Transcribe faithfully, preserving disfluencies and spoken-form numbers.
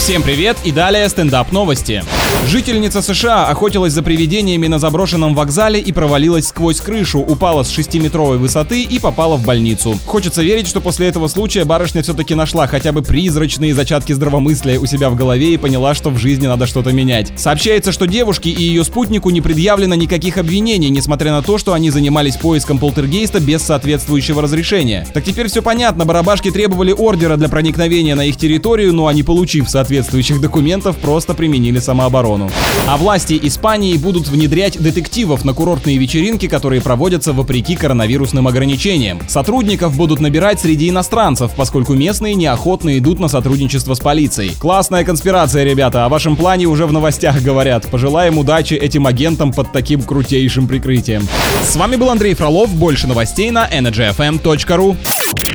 Всем привет и далее стендап новости. Жительница США охотилась за привидениями на заброшенном вокзале и провалилась сквозь крышу, упала с шестиметровой высоты и попала в больницу. Хочется верить, что после этого случая барышня все-таки нашла хотя бы призрачные зачатки здравомыслия у себя в голове и поняла, что в жизни надо что-то менять. Сообщается, что девушке и ее спутнику не предъявлено никаких обвинений, несмотря на то, что они занимались поиском полтергейста без соответствующего разрешения. Так теперь все понятно, барабашки требовали ордера для проникновения на их территорию, но они, получив соответствующих документов, просто применили самооборону. А власти Испании будут внедрять детективов на курортные вечеринки, которые проводятся вопреки коронавирусным ограничениям. Сотрудников будут набирать среди иностранцев, поскольку местные неохотно идут на сотрудничество с полицией. Классная конспирация, ребята, о вашем плане уже в новостях говорят. Пожелаем удачи этим агентам под таким крутейшим прикрытием. С вами был Андрей Фролов, больше новостей на energy эф эм точка ру.